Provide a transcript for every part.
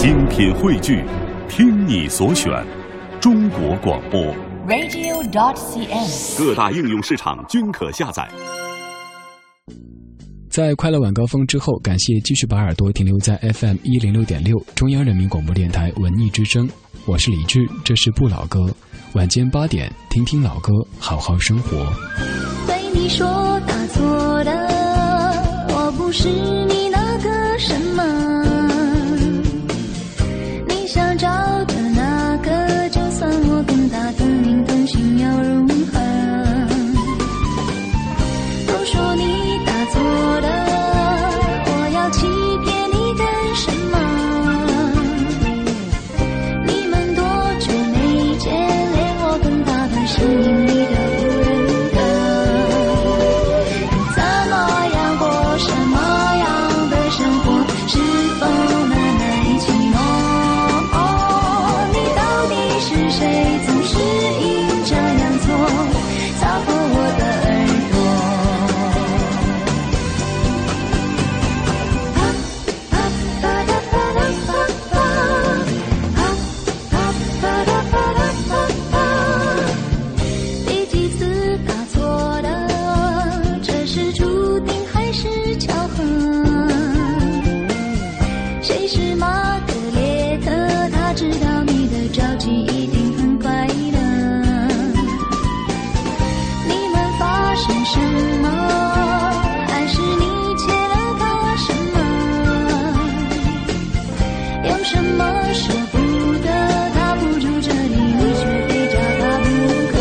精品汇聚，听你所选，中国广播 radio.cn， 各大应用市场均可下载。 在快乐晚高峰之后，感谢继续把耳朵停留在 FM 106.6中央人民广播电台文艺之声，我是李志，这是不老歌，晚间8点，听听老歌，好好生活。 对你说打错的，我不是你那个什么，你想找的那个，就算我跟他同名同姓又如何？都说你打错了，我要欺骗你干什么？你们多久没见，连我跟他的声音你都不认得，怎么样过什么样的生活？是否难耐寂寞？你到底是谁？总是阴差阳错，擦破我的耳朵。第几次打错了？这是注定还是巧合？谁是玛格列特？他知道你的着急一定很快乐。你们发生什么？还是你欠了他什么？有什么舍不得？他不住这里，你却非找他不可。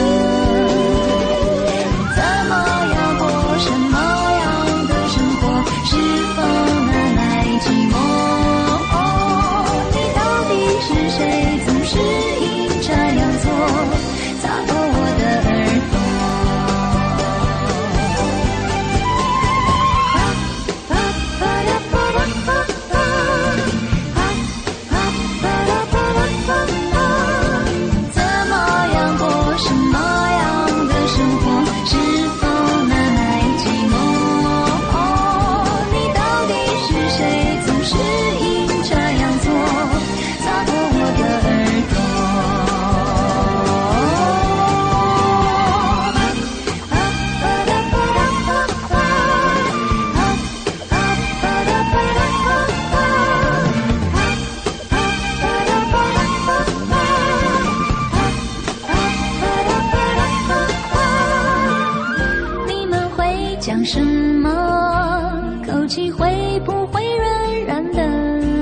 怎么样过什么样的生活？是否难耐寂寞？你到底是谁？总是阴差阳错，擦破我的耳朵。怎么样过什么样的生活？是否难耐寂寞？你到底是谁？总是阴差阳错，擦破我的耳朵。你们会讲什么？口气会不会软软的？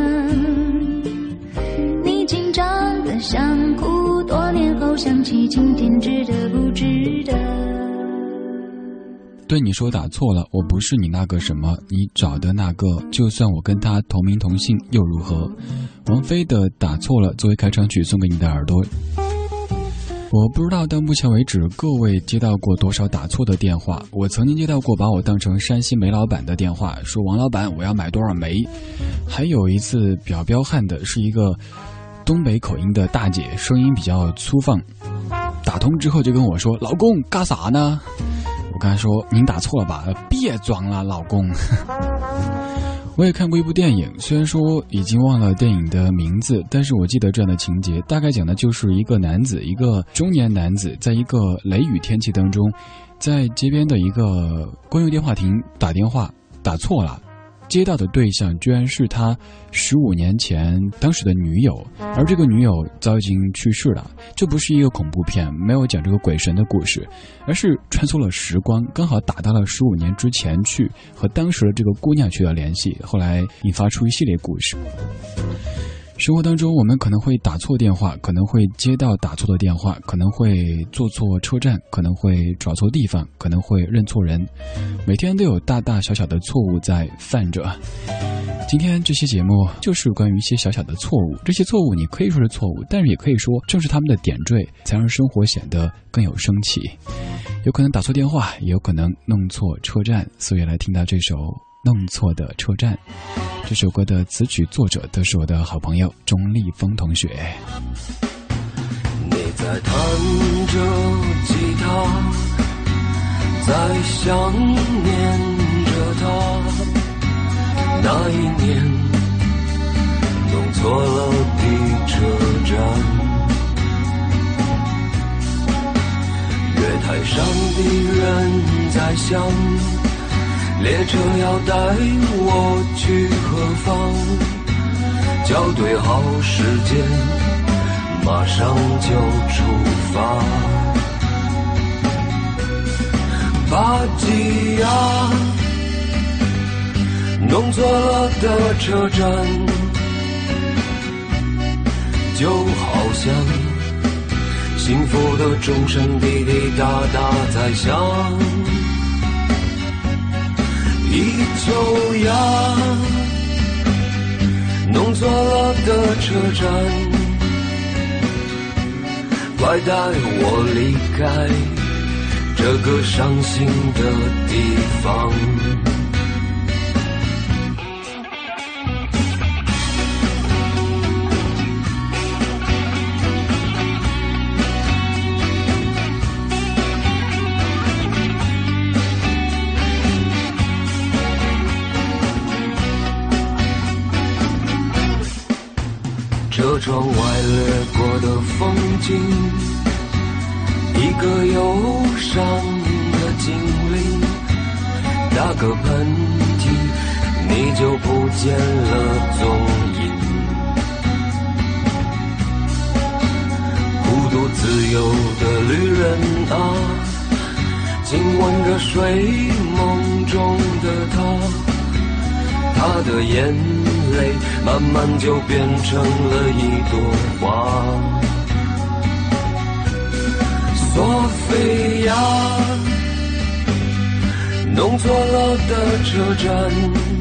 你紧张的想哭，多年后想起今天值得不值得？ 对你说打错了，我不是你那个什么，你找的那个，就算我跟他同名同姓又如何？王菲的打错了作为开场曲送给你的耳朵。我不知道到目前为止各位接到过多少打错的电话，我曾经接到过把我当成山西煤老板的电话，说王老板我要买多少煤。还有一次比较彪悍的是一个东北口音的大姐，声音比较粗放，打通之后就跟我说，老公干啥呢？我跟他说，您打错了吧，别装了老公。我也看过一部电影，虽然说已经忘了电影的名字，但是我记得这样的情节，大概讲的就是一个男子，一个中年男子，在一个雷雨天气当中，在街边的一个公用电话亭打电话，打错了，接到的对象居然是他15年前当时的女友，而这个女友早已经去世了。这不是一个恐怖片，没有讲这个鬼神的故事，而是穿梭了时光，刚好打到了15年之前去，和当时的这个姑娘取得联系，后来引发出一系列故事。生活当中我们可能会打错电话，可能会接到打错的电话，可能会坐错车站，可能会找错地方，可能会认错人，每天都有大大小小的错误在犯着。今天这期节目就是关于一些小小的错误，这些错误你可以说是错误，但是也可以说正是他们的点缀，才让生活显得更有生气。有可能打错电话，也有可能弄错车站，所以来听到这首弄错的车站。这首歌的词曲作者都是我的好朋友钟立风同学。 你在弹着吉他，在想念着他，那一年弄错了在想，列车要带我去何方？校对好时间，马上就出发。巴吉亚，弄错了的车站，就好像幸福的钟声滴滴答答在响。一丘呀，弄错了的车站，快带我离开这个伤心的地方。车窗外掠过的风景，一个忧伤的精灵，打个喷嚏你就不见了踪影。孤独自由的旅人啊，亲吻着睡梦中的他的眼泪慢慢就变成了一朵花。索菲亚，弄错了的车站，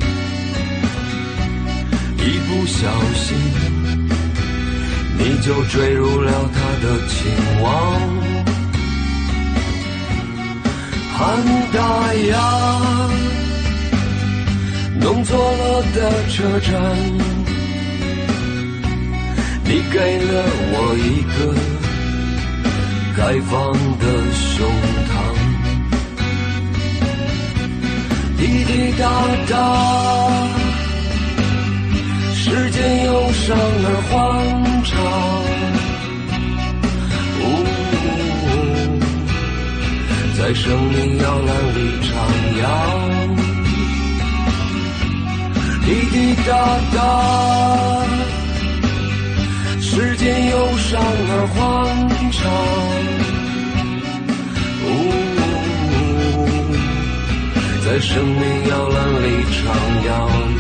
一不小心你就坠入了他的情网。汉达亚，弄错了的车站，你给了我一个开放的胸膛。滴滴答答，时间忧伤而欢畅。在生命摇篮里徜徉。滴滴答答，时间忧伤而欢畅。在生命摇篮里徜徉。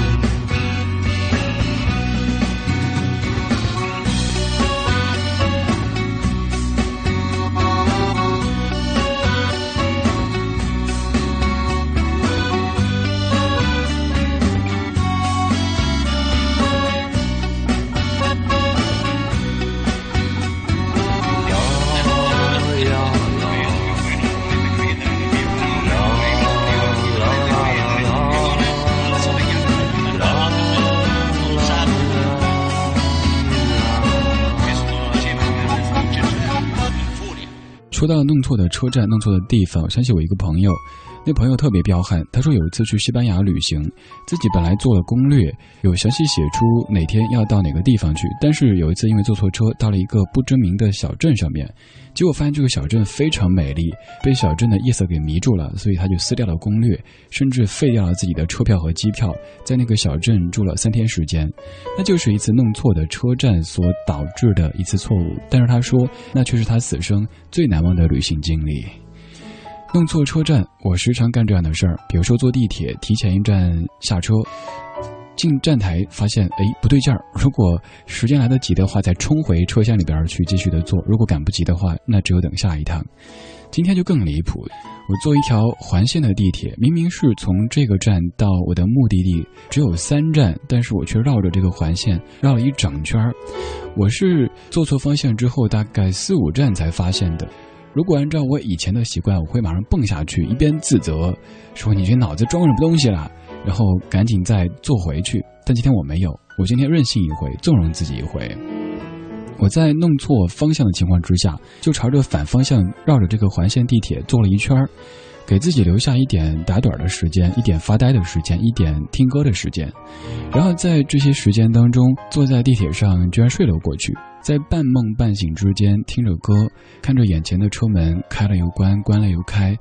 说到弄错的车站弄错的地方，我想起我一个朋友，那朋友特别彪悍，他说有一次去西班牙旅行，自己本来做了攻略，有详细写出哪天要到哪个地方去，但是有一次因为坐错车到了一个不知名的小镇上面，结果发现这个小镇非常美丽，被小镇的夜色给迷住了，所以他就撕掉了攻略，甚至废掉了自己的车票和机票，在那个小镇住了3天时间。那就是一次弄错的车站所导致的一次错误，但是他说那却是他此生最难忘的旅行经历。弄错车站，我时常干这样的事儿，比如说坐地铁提前一站下车，进站台发现不对劲儿，如果时间来得及的话再冲回车厢里边去继续的坐，如果赶不及的话那只有等下一趟。今天就更离谱，我坐一条环线的地铁，明明是从这个站到我的目的地只有3站，但是我却绕着这个环线绕了一整圈。我是坐错方向之后大概4、5站才发现的。如果按照我以前的习惯，我会马上蹦下去，一边自责说你这脑子装什么东西啦，然后赶紧再坐回去。但今天我没有，我今天任性一回，纵容自己一回。我在弄错方向的情况之下，就朝着反方向绕着这个环线地铁坐了一圈，给自己留下一点打盹的时间，一点发呆的时间，一点听歌的时间。然后在这些时间当中，坐在地铁上居然睡了过去，在半梦半醒之间听着歌，看着眼前的车门开了又关，关了又开，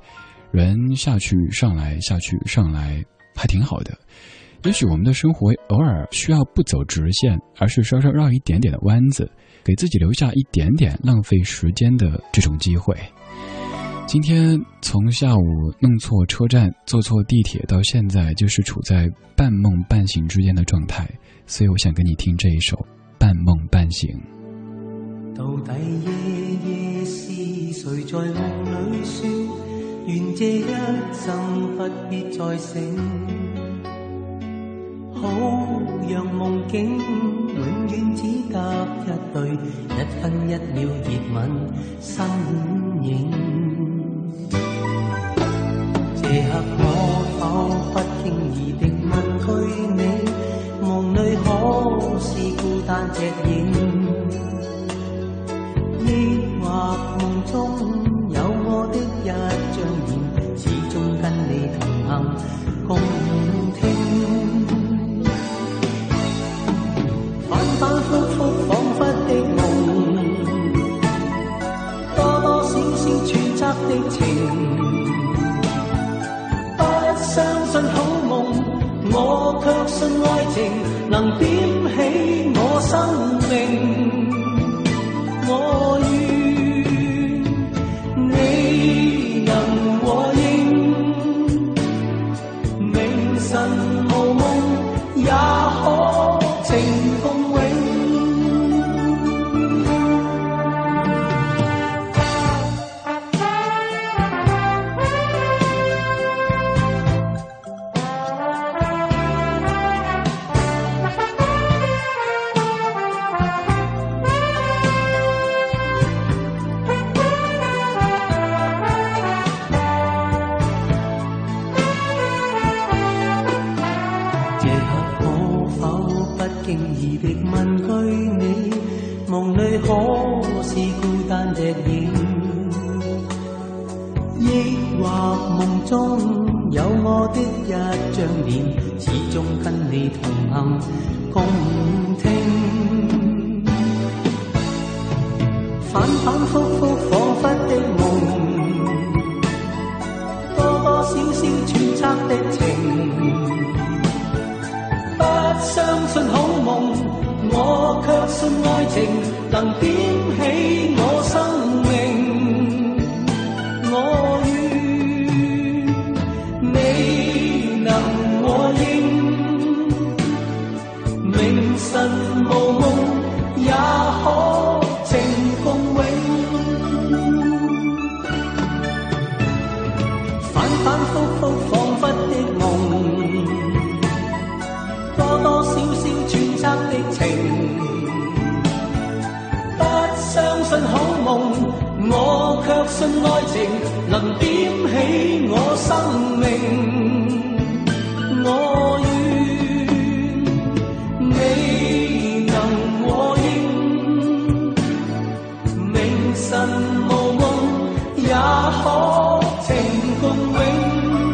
人下去上来下去上来还挺好的。也许我们的生活偶尔需要不走直线，而是稍稍绕一点点的弯子，给自己留下一点点浪费时间的这种机会。今天从下午弄错车站坐错地铁到现在，就是处在半梦半醒之間的狀態，所以我想跟你聽這一首《半夢半醒》。 到底夜夜是誰在夢裏說，願這一生不必再醒，好讓夢境永遠只得一對，一分一秒熱吻身影。這刻可否不經意地問句你，夢裏可是孤單隻影，抑或夢中有我的一張臉，始終跟你同行共聽，反反覆覆彷彿的夢，多多少少揣測的情，相信好夢，我卻信愛情能點起我生命。我願你能和應，明晨無夢也可情共永。可是孤單隻影，抑或夢中有我的一張臉，始終跟你同行共聽，反反覆覆彷彿的夢，多多少少揣測的情，不相信好夢，我卻信愛情能點起我生命。我願你能和應，明晨無夢也可情共永。反反覆覆彷彿的夢，多多少少揣測的情，相信好夢，我卻信愛情能點起我生命。我願你能和應，明晨無夢也可情共永。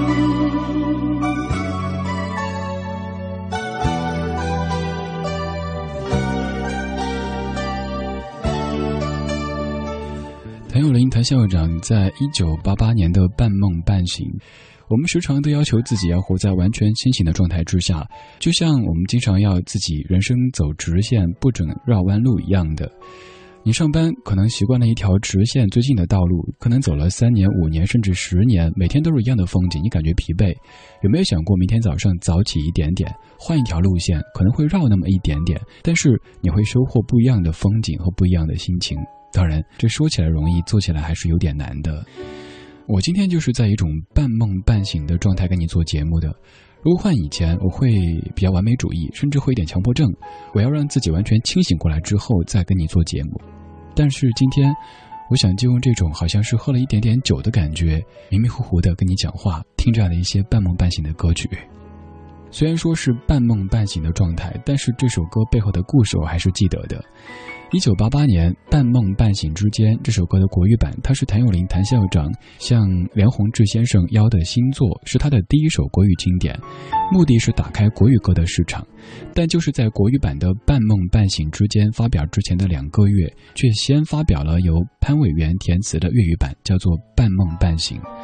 谭咏麟谭校长在1988年的《半梦半醒》，我们时常都要求自己要活在完全清醒的状态之下，就像我们经常要自己人生走直线不准绕弯路一样的。你上班可能习惯了一条直线最近的道路，可能走了3年5年甚至10年，每天都是一样的风景，你感觉疲惫。有没有想过明天早上早起一点点，换一条路线，可能会绕那么一点点，但是你会收获不一样的风景和不一样的心情。当然这说起来容易，做起来还是有点难的。我今天就是在一种半梦半醒的状态跟你做节目的。如果换以前，我会比较完美主义，甚至会有点强迫症，我要让自己完全清醒过来之后再跟你做节目。但是今天我想就用这种好像是喝了一点点酒的感觉，迷迷糊糊的跟你讲话，听这样的一些半梦半醒的歌曲。虽然说是半梦半醒的状态，但是这首歌背后的故事我还是记得的。1988年《半梦半醒之间》这首歌的国语版，它是谭咏麟谭校长向梁鸿志先生邀的新作，是他的第一首国语经典，目的是打开国语歌的市场。但就是在国语版的《半梦半醒之间》发表之前的2个月，却先发表了由潘伟元填词的粤语版，叫做《半梦半醒》。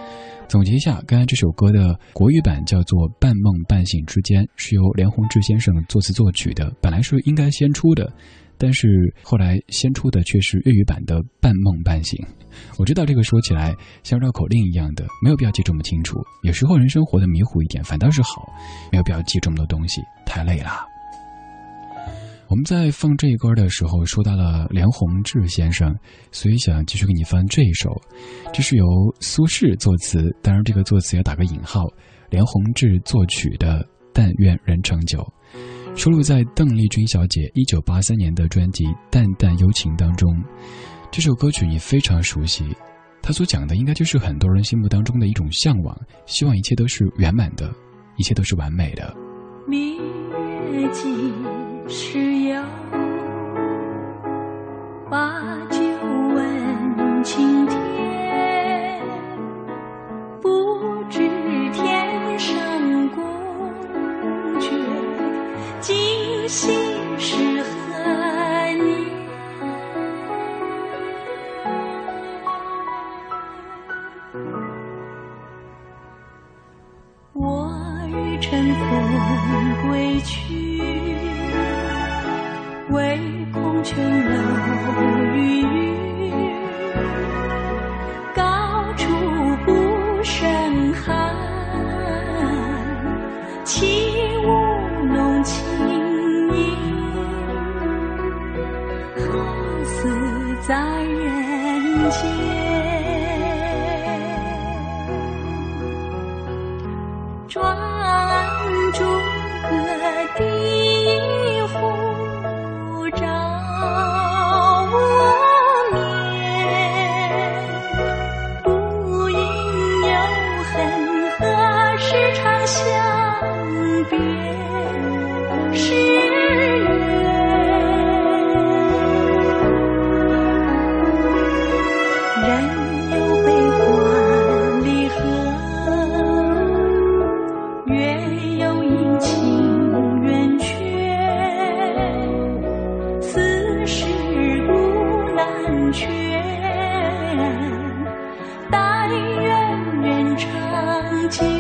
总结一下，刚才这首歌的国语版叫做《半梦半醒之间》，是由连宏志先生作词作曲的，本来是应该先出的，但是后来先出的却是粤语版的《半梦半醒》。我知道这个说起来像绕口令一样的，没有必要记这么清楚，有时候人生活得迷糊一点反倒是好，没有必要记这么多东西，太累了。我们在放这一歌的时候说到了连宏志先生，所以想继续给你放这一首，这是由苏轼作词，当然这个作词要打个引号，连宏志作曲的《但愿人长久》，收录在邓丽君小姐1983年的专辑《淡淡幽情》当中。这首歌曲你非常熟悉，它所讲的应该就是很多人心目当中的一种向往，希望一切都是圆满的，一切都是完美的。 明月几时有，把酒问青天，不知天上宫阙，今夕是何年。我欲乘风归去，唯恐琼楼玉宇，高处不胜寒，起舞弄清影，好似在人间。转朱阁地户照无眠，不应有恨，何时长相别时圆。人有悲欢离合，月有阴晴圆缺，此事古难全。但愿人长久，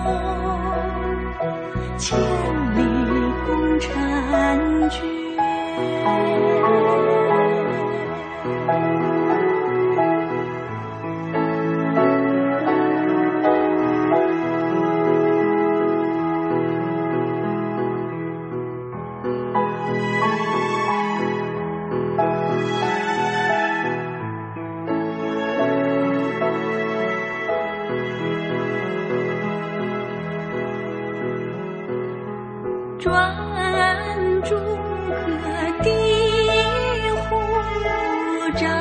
千里共婵娟。转朱阁地户照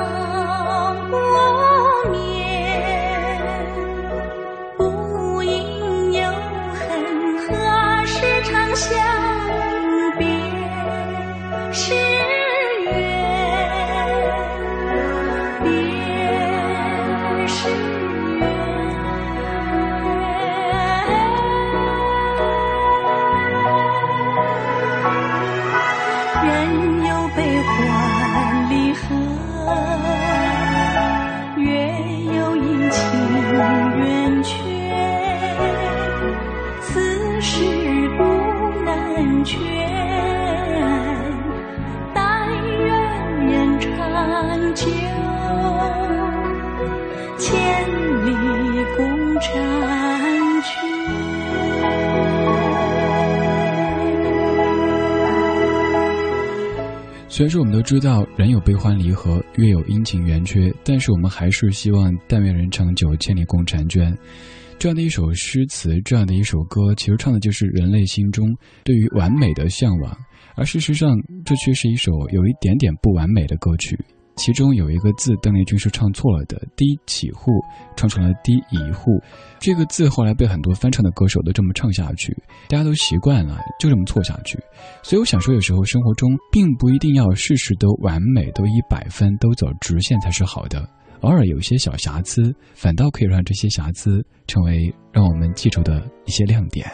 无眠，不应有恨，何时长相别时圆。别时人有悲欢离合，月有阴晴圆缺，此事古难全。但愿人长久，千里共婵娟。 虽然说我们都知道人有悲欢离合，月有阴晴圆缺，但是我们还是希望但愿人长久，千里共婵娟。这样的一首诗词，这样的一首歌，其实唱的就是人类心中对于完美的向往，而事实上这却是一首有一点点不完美的歌曲。其中有一个字邓丽君是唱错了的，低起户唱成了低乙户，这个字后来被很多翻唱的歌手都这么唱下去，大家都习惯了，就这么错下去。所以我想说，有时候生活中并不一定要事事都完美，都100分，都走直线才是好的，偶尔有一些小瑕疵，反倒可以让这些瑕疵成为让我们记住的一些亮点。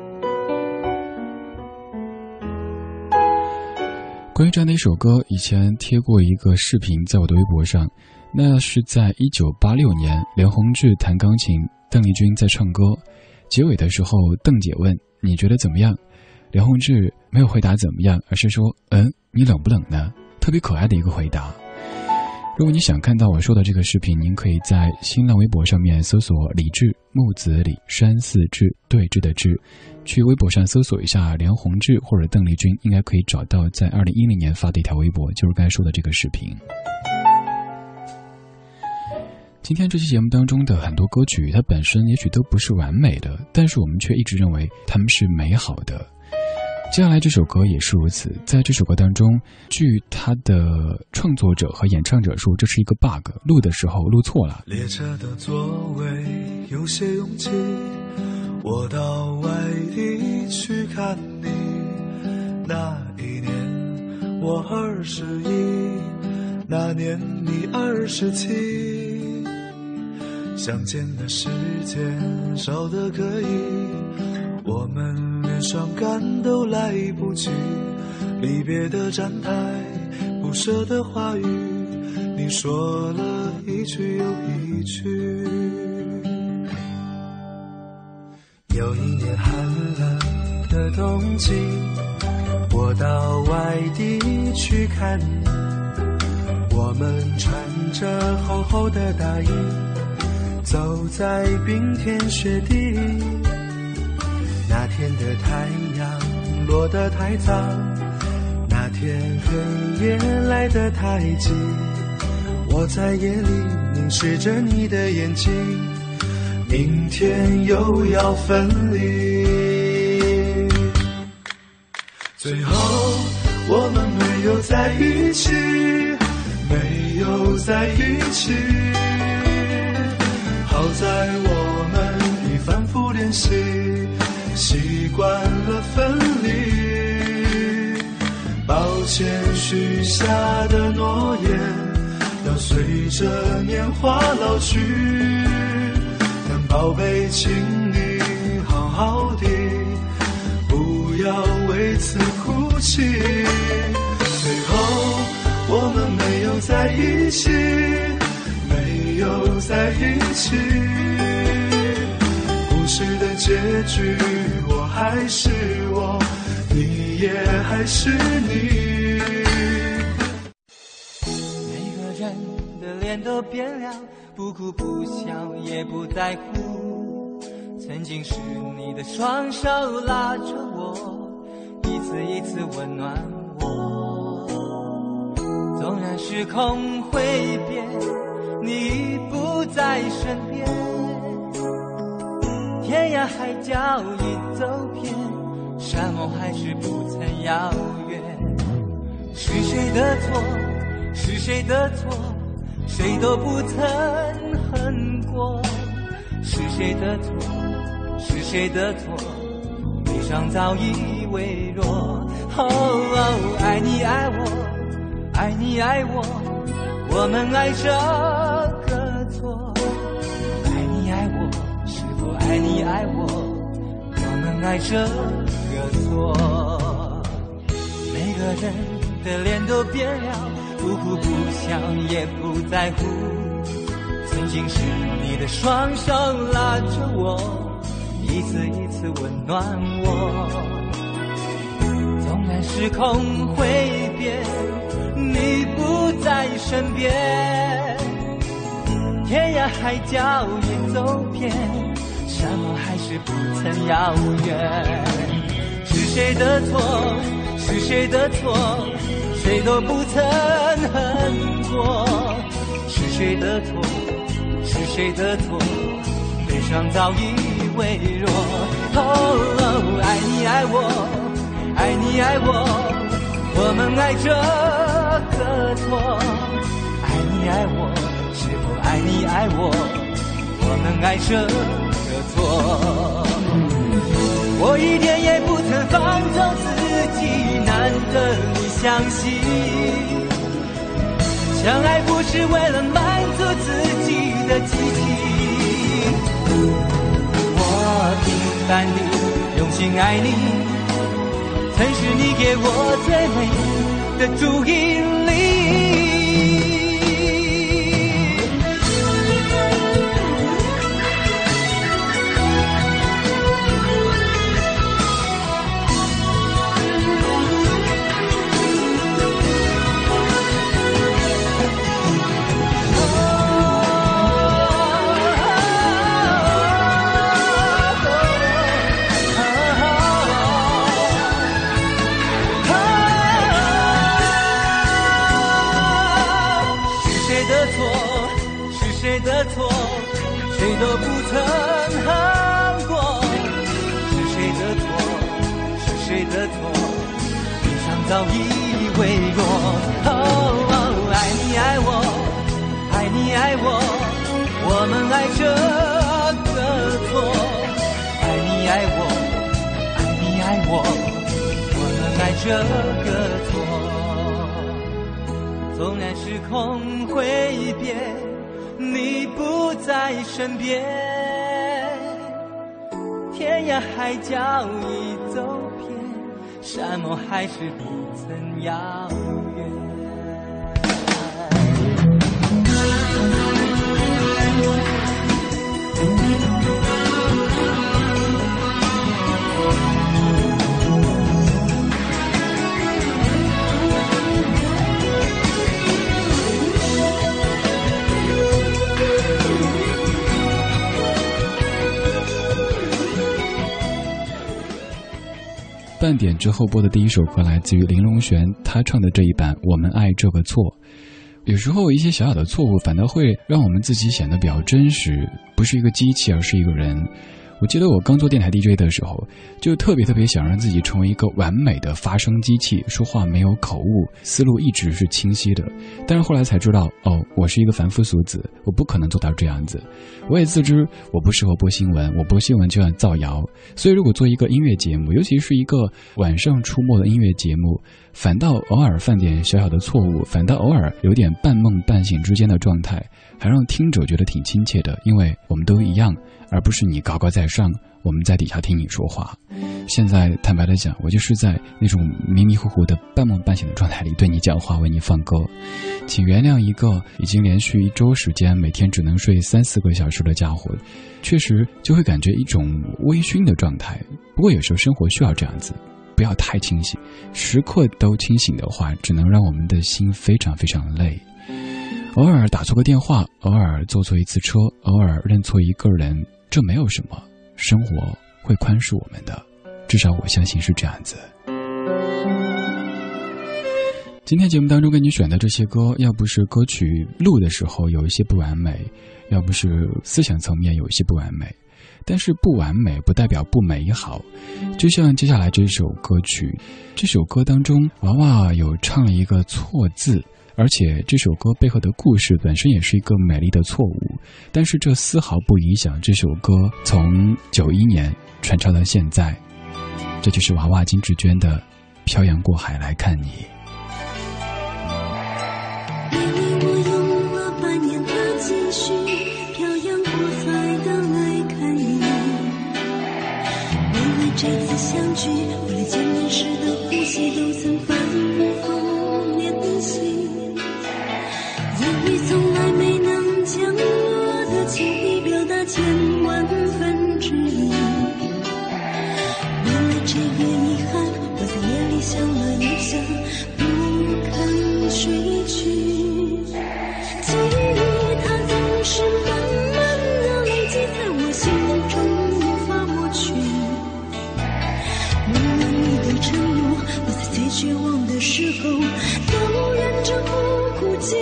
关于这样的一首歌，以前贴过一个视频在我的微博上，那是在1986年连宏志弹钢琴邓丽君在唱歌，结尾的时候邓姐问你觉得怎么样，梁宏志没有回答怎么样，而是说你冷不冷呢？特别可爱的一个回答。如果你想看到我说的这个视频，您可以在新浪微博上面搜索李志，木子李，山寺志，对峙的志，去微博上搜索一下梁宏志或者邓丽君，应该可以找到在2010年发的一条微博，就是刚才说的这个视频。今天这期节目当中的很多歌曲，它本身也许都不是完美的，但是我们却一直认为它们是美好的。接下来这首歌也是如此，在这首歌当中，据他的创作者和演唱者说，这是一个 bug， 录的时候录错了。 列车的座位有些拥挤，我到外地去看你。那一年我21，那年你27，相见的时间少得可以，我们连伤感都来不及，离别的站台，不舍的话语，你说了一句又一句。有一年寒冷的冬季，我到外地去看你，我们穿着厚厚的大衣，走在冰天雪地，那天的太阳落得太早，那天黑夜来得太急，我在夜里凝视着你的眼睛，明天又要分离。最后我们没有在一起，没有在一起，好在我们已反复练习，习惯了分离，抱歉许下的诺言要随着年华老去，但宝贝请你好好的，不要为此哭泣。最后我们没有在一起，没有在一起，故事的结局我还是我，你也还是你。 每个人的脸都变了，不哭不笑也不在乎，曾经是你的双手拉着我，一次一次温暖我，纵然时空会变，你已不在身边，天涯海角已走遍，山盟还是不曾遥远。是谁的错？是谁的错？谁都不曾恨过。是谁的错？是谁的错？悲伤早已微弱。爱你爱我，爱你爱我，我们爱这个错。爱你爱我，是否爱你爱我，我们爱这个错。每个人的脸都变了，不哭不笑也不在乎，曾经是你的双手拉着我，一次一次温暖我。纵然时空会变，你不在身边，天涯海角也走遍，山盟还是不曾遥远。是谁的错？是谁的错？谁都不曾恨过。是谁的错？是谁的错？悲伤早已微弱。爱你爱我，爱你爱我，我们爱这个错。爱你爱我，是否爱你爱我，我们爱这个错。我一点也不曾放纵自己，难得你相信，相爱不是为了满足自己的激情。我平凡地用心爱你，曾是你给我最美的注意力。 错？是谁的错？谁都不曾恨过。是谁的错？是谁的错？悲伤早已微弱。哦，爱你爱我，爱你爱我，我们爱这个错。爱你爱我，爱你爱我，我们爱这个错。纵然时空会变，你不在身边，天涯海角已走遍，山盟海誓不曾遥远。 半点之后播的第一首歌来自于林隆璇，他唱的这一版《我们爱这个错》。有时候一些小小的错误反倒会让我们自己显得比较真实，不是一个机器，而是一个人。我记得我刚做电台 DJ 的时候，就特别想让自己成为一个完美的发声机器，说话没有口误，思路一直是清晰的。但是后来才知道，我是一个凡夫俗子，我不可能做到这样子。我也自知我不适合播新闻，我播新闻就要造谣。所以如果做一个音乐节目，尤其是一个晚上出没的音乐节目，反倒偶尔犯点小小的错误，反倒偶尔有点半梦半醒之间的状态，还让听者觉得挺亲切的，因为我们都一样，而不是你高高在上，我们在底下听你说话。现在坦白的讲，我就是在那种迷迷糊糊的半梦半醒的状态里对你讲话，为你放歌。请原谅一个已经连续1周时间每天只能睡3-4个小时的家伙，确实就会感觉一种微醺的状态。不过有时候生活需要这样子，不要太清醒，时刻都清醒的话，只能让我们的心非常累。偶尔打错个电话，偶尔坐错一次车，偶尔认错一个人，这没有什么，生活会宽恕我们的，至少我相信是这样子。今天节目当中给你选的这些歌，要不是歌曲录的时候有一些不完美，要不是思想层面有一些不完美，但是不完美不代表不美好。就像接下来这首歌曲，这首歌当中娃娃有唱了一个错字，而且这首歌背后的故事本身也是一个美丽的错误，但是这丝毫不影响这首歌从91年传唱到现在。这就是娃娃金志娟的《漂洋过海来看你》。 因为我用了8年的积蓄，漂洋过海的来看你。为了这次相聚，为了见面时的呼吸，都曾反复练习。言语从来没能将我的情意表达1000万分之一。为了这个遗憾，我在夜里想了一想，不肯睡去。记忆它总是慢慢地累积在我心中，无法抹去。温暖你的承诺，我在最绝望的时候都忍着不哭泣。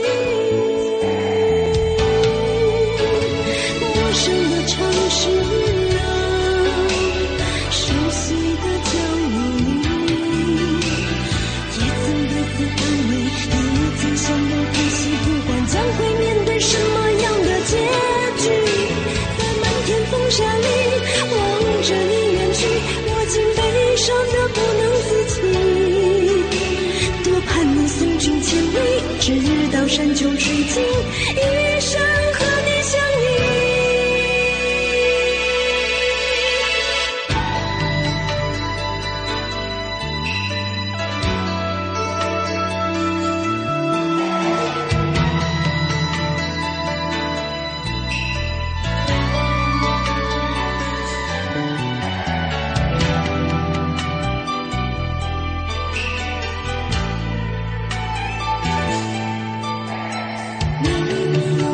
陌生的城市啊，熟悉的角落里，也曾彼此安慰，也曾相拥叹息，不管将会面对什么样的结局。在漫天风沙里望着你远去，我竟悲伤得不能自己。多盼能送君千里，直到山穷水尽，一生和你相依。你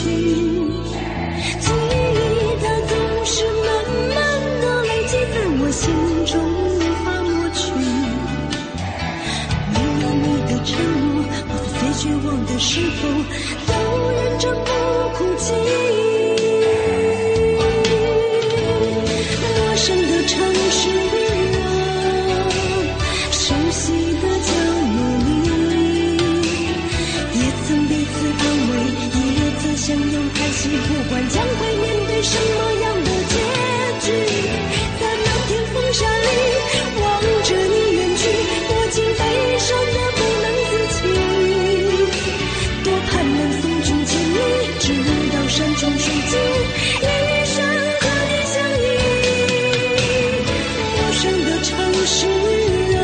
记忆它总是慢慢的累积在我心中无法抹去。没有你的承诺，我在最绝望的时候都忍着不哭泣。陌生的城市啊，熟悉的角落里，也曾彼此安慰，也曾相拥叹息，不管将会面对什么样的结局，在漫天风沙里望着你远去，我竟悲伤得不能自己，多盼能送君千里，直到山穷水尽，一生和你相依。陌生的城市啊，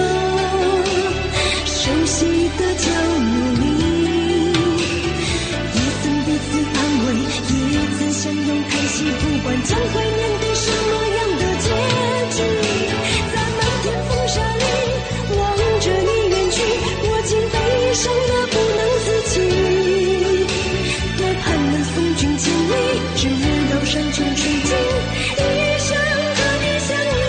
熟悉的角落里，也曾彼此安慰，也曾相拥叹息，不管将会面对什么样的结局，在漫天风沙里望着你远去，我竟悲伤得不能自己，多盼能送君千里，直到山穷水尽，一生和你相依。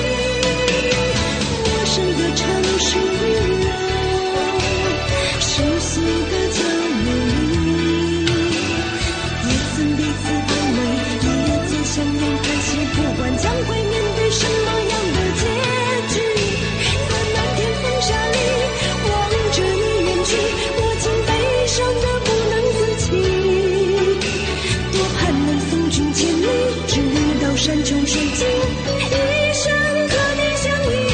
陌生的城市啊，熟悉的角落里，也曾彼此安慰，也曾相拥叹息，不管将会面对什么样的结局，在漫天风沙里望着你远去，我竟悲伤得不能自己，多盼能送君千里，直到山穷水尽，一生和你相依。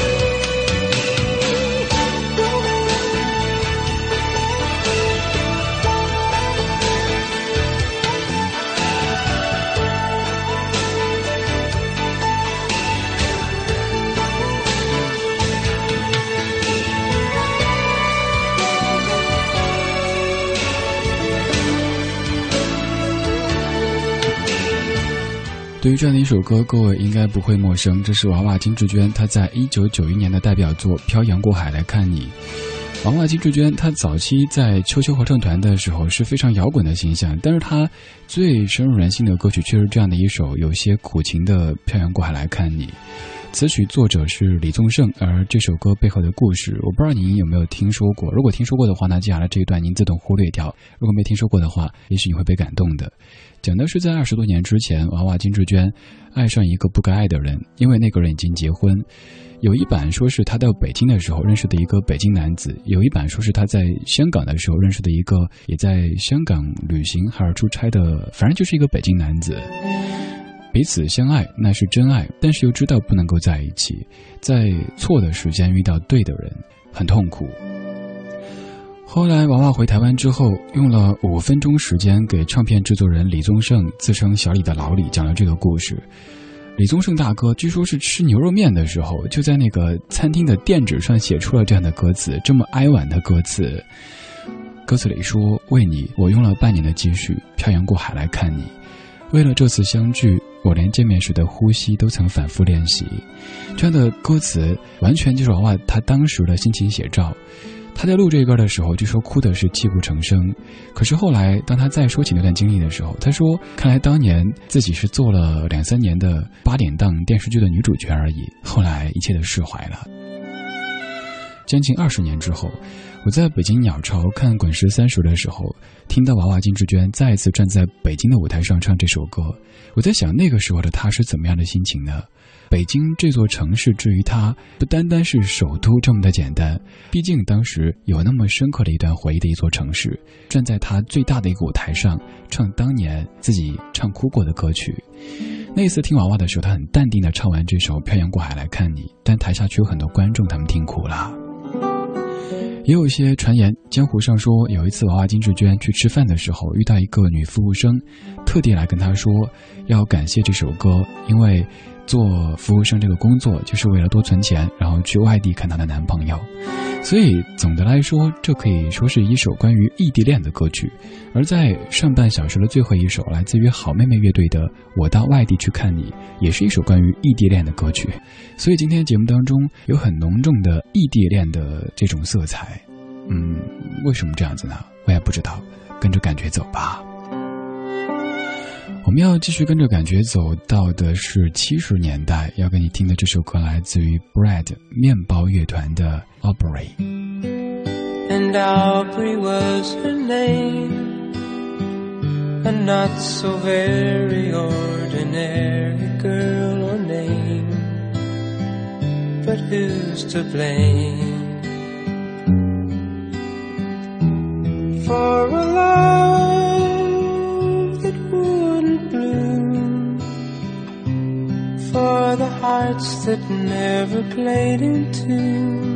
对于这样的一首歌，各位应该不会陌生，这是娃娃金志娟她在1991年的代表作《漂洋过海来看你》。娃娃金志娟她早期在秋秋合唱团的时候是非常摇滚的形象，但是她最深入人心的歌曲却是这样的一首有些苦情的《漂洋过海来看你》。词曲作者是李宗盛，而这首歌背后的故事，我不知道您有没有听说过。如果听说过的话，那接下来这一段您自动忽略掉；如果没听说过的话，也许你会被感动的。讲的是在20多年之前，娃娃金志娟爱上一个不该爱的人，因为那个人已经结婚。有一版说是他到北京的时候认识的一个北京男子，有一版说是他在香港的时候认识的一个也在香港旅行还是出差的，反正就是一个北京男子。彼此相爱那是真爱，但是又知道不能够在一起，在错的时间遇到对的人，很痛苦。后来娃娃回台湾之后，用了5分钟时间给唱片制作人李宗盛，自称小李的老李，讲了这个故事。李宗盛大哥据说是吃牛肉面的时候，就在那个餐厅的垫纸上写出了这样的歌词，这么哀婉的歌词。歌词里说，为你我用了半年的积蓄，漂洋过海来看你，为了这次相聚，我连见面时的呼吸都曾反复练习。这样的歌词完全就是娃娃他当时的心情写照。他在录这歌的时候就说哭的是泣不成声，可是后来当他再说起那段经历的时候，他说看来当年自己是做了2-3年的8点档电视剧的女主角而已，后来一切都释怀了。将近20年之后，我在北京鸟巢看《滚石30》的时候，听到娃娃金志娟再一次站在北京的舞台上唱这首歌，我在想那个时候的她是怎么样的心情呢？北京这座城市至于她不单单是首都这么的简单，毕竟当时有那么深刻的一段回忆的一座城市，站在她最大的一个舞台上唱当年自己唱哭过的歌曲。那一次听娃娃的时候，她很淡定地唱完这首《漂洋过海来看你》，但台下却有很多观众他们听哭了。也有一些传言，江湖上说有一次娃娃金志娟去吃饭的时候遇到一个女服务生，特地来跟她说要感谢这首歌，因为做服务生这个工作就是为了多存钱，然后去外地看她的男朋友。所以总的来说，这可以说是一首关于异地恋的歌曲。而在上半小时的最后一首，来自于好妹妹乐队的《我到外地去看你》，也是一首关于异地恋的歌曲。所以今天节目当中有很浓重的异地恋的这种色彩。为什么这样子呢？我也不知道，跟着感觉走吧。 我们要继续跟着感觉走到的是70年代，要跟你听的这首歌来自于 Bread 面包乐团的 Aubrey。 And Aubrey was her name, a not so very ordinary girl or name, but who's to blame for a love that wouldn't bloom, for the hearts that never played in tune,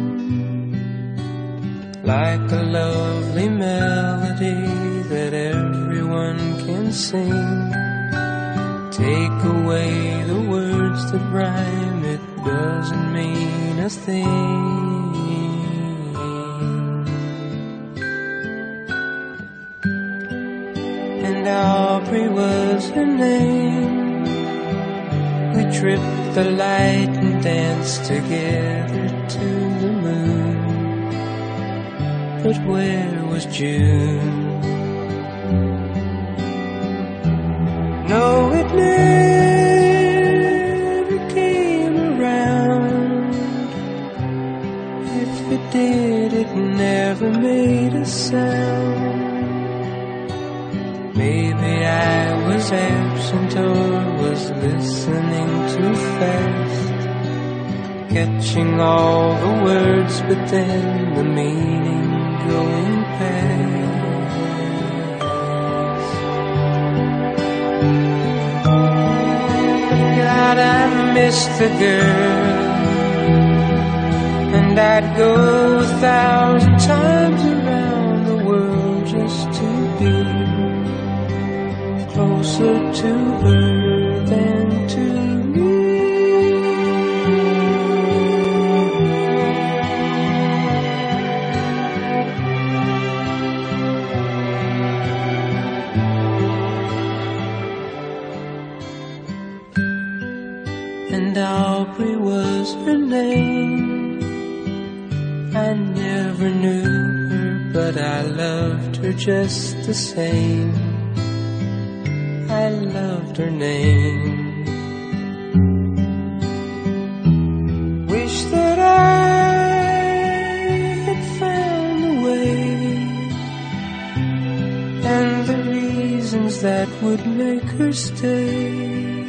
like a lovely melody that everyone can sing. Take away the words that rhyme, it doesn't mean a thing. And Aubrey was her name. We tripped the light and danced together to the moon. But where was June? No, it never came around. If it did, it never made a sound. Maybe I was absent or was listening too fast, catching all the words, but then the meaning going past. God, I miss the girl, and I'd go 1,000 times around the world just to be closer to her than to me. And Aubrey was her name. I never knew her, but I loved her just the same. I loved her name. Wish that I had found a way and the reasons that would make her stay.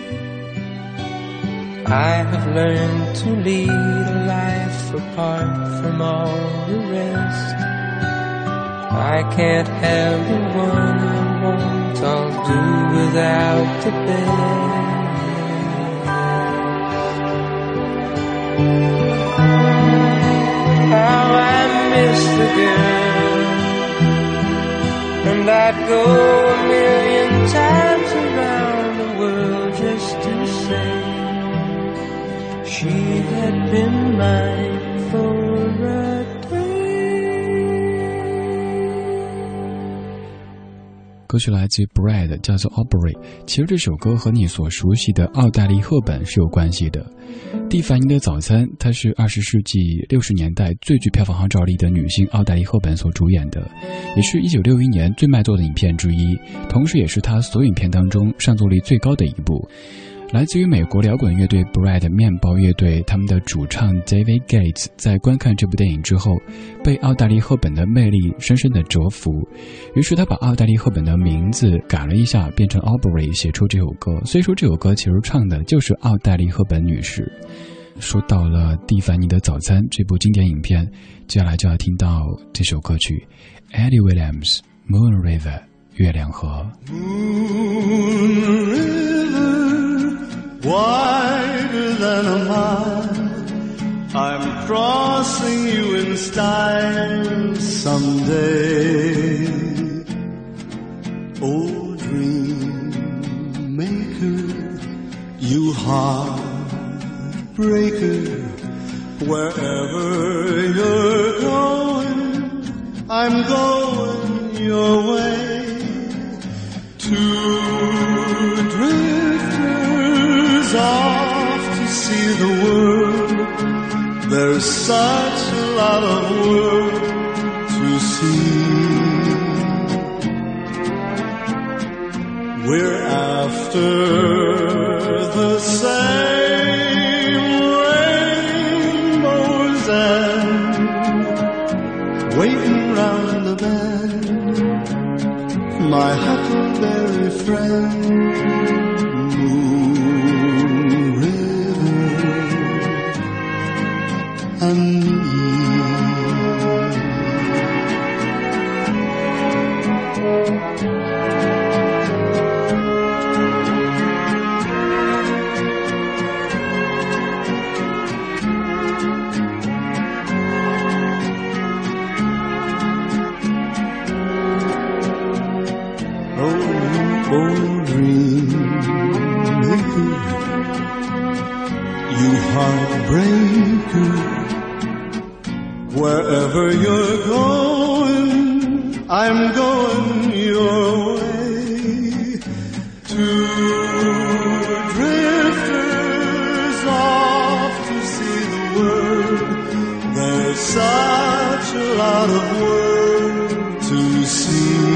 I have learned to lead a life apart from all the rest. I can't have the one I want, I'll do without the best. How I miss the girl, and I'd go 1,000,000 times around the world just to say she had been mine for a day. 歌曲来自于 Bread， 叫做 Aubrey。 其实这首歌和你所熟悉的奥黛丽·赫本是有关系的。蒂凡尼的早餐，她是20世纪60年代最具票房号召力的女性奥黛丽·赫本所主演的，也是1961年最卖座的影片之一，同时也是她所有影片当中上座率最高的一部。来自于美国摇滚乐队 Bread 面包乐队，他们的主唱 David Gates 在观看这部电影之后，被奥黛丽·赫本的魅力深深的折服，于是他把奥黛丽·赫本的名字改了一下，变成 Aubrey， 写出这首歌。所以说这首歌其实唱的就是奥黛丽·赫本女士。说到了蒂凡尼的早餐这部经典影片，接下来就要听到这首歌曲 Eddie Williams Moon River 月亮河。 Wider than a mile, I'm crossing you in style someday. Oh, dream maker, you heartbreaker, wherever you're going, I'm going your way. Two drifters off to see the world. There's such a lot of world to see. We're after after the same rainbows and waiting round the bend, my huckleberry friend, Moon River, and me. Heartbreaker, wherever you're going, I'm going your way. Two drifters off to see the world. There's such a lot of world to see.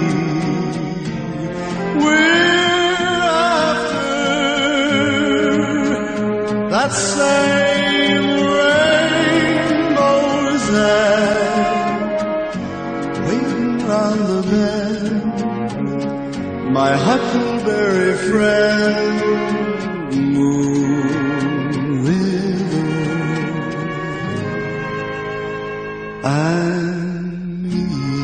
That same rainbow's end, waiting round the bend, my huckleberry friend, Moon River, and me.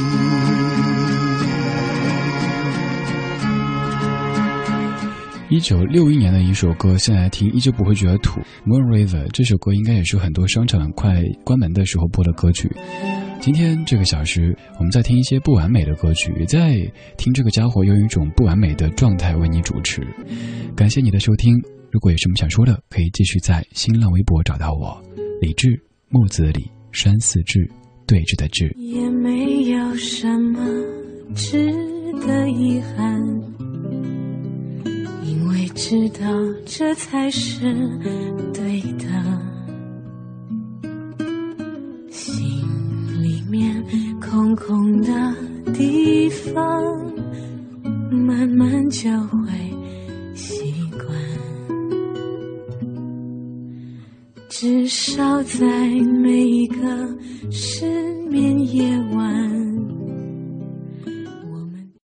1961年的一首歌，现在听依旧不会觉得土。Moon River 这首歌应该也是很多商场快关门的时候播的歌曲。今天这个小时，我们在听一些不完美的歌曲，也在听这个家伙用一种不完美的状态为你主持。感谢你的收听，如果有什么想说的，可以继续在新浪微博找到我，李志，木子李，山寺志，对峙的志。 也没有什么值得遗憾，因为知道这才是对的。心里面空空的地方，慢慢就会习惯。至少在每一个失眠夜晚，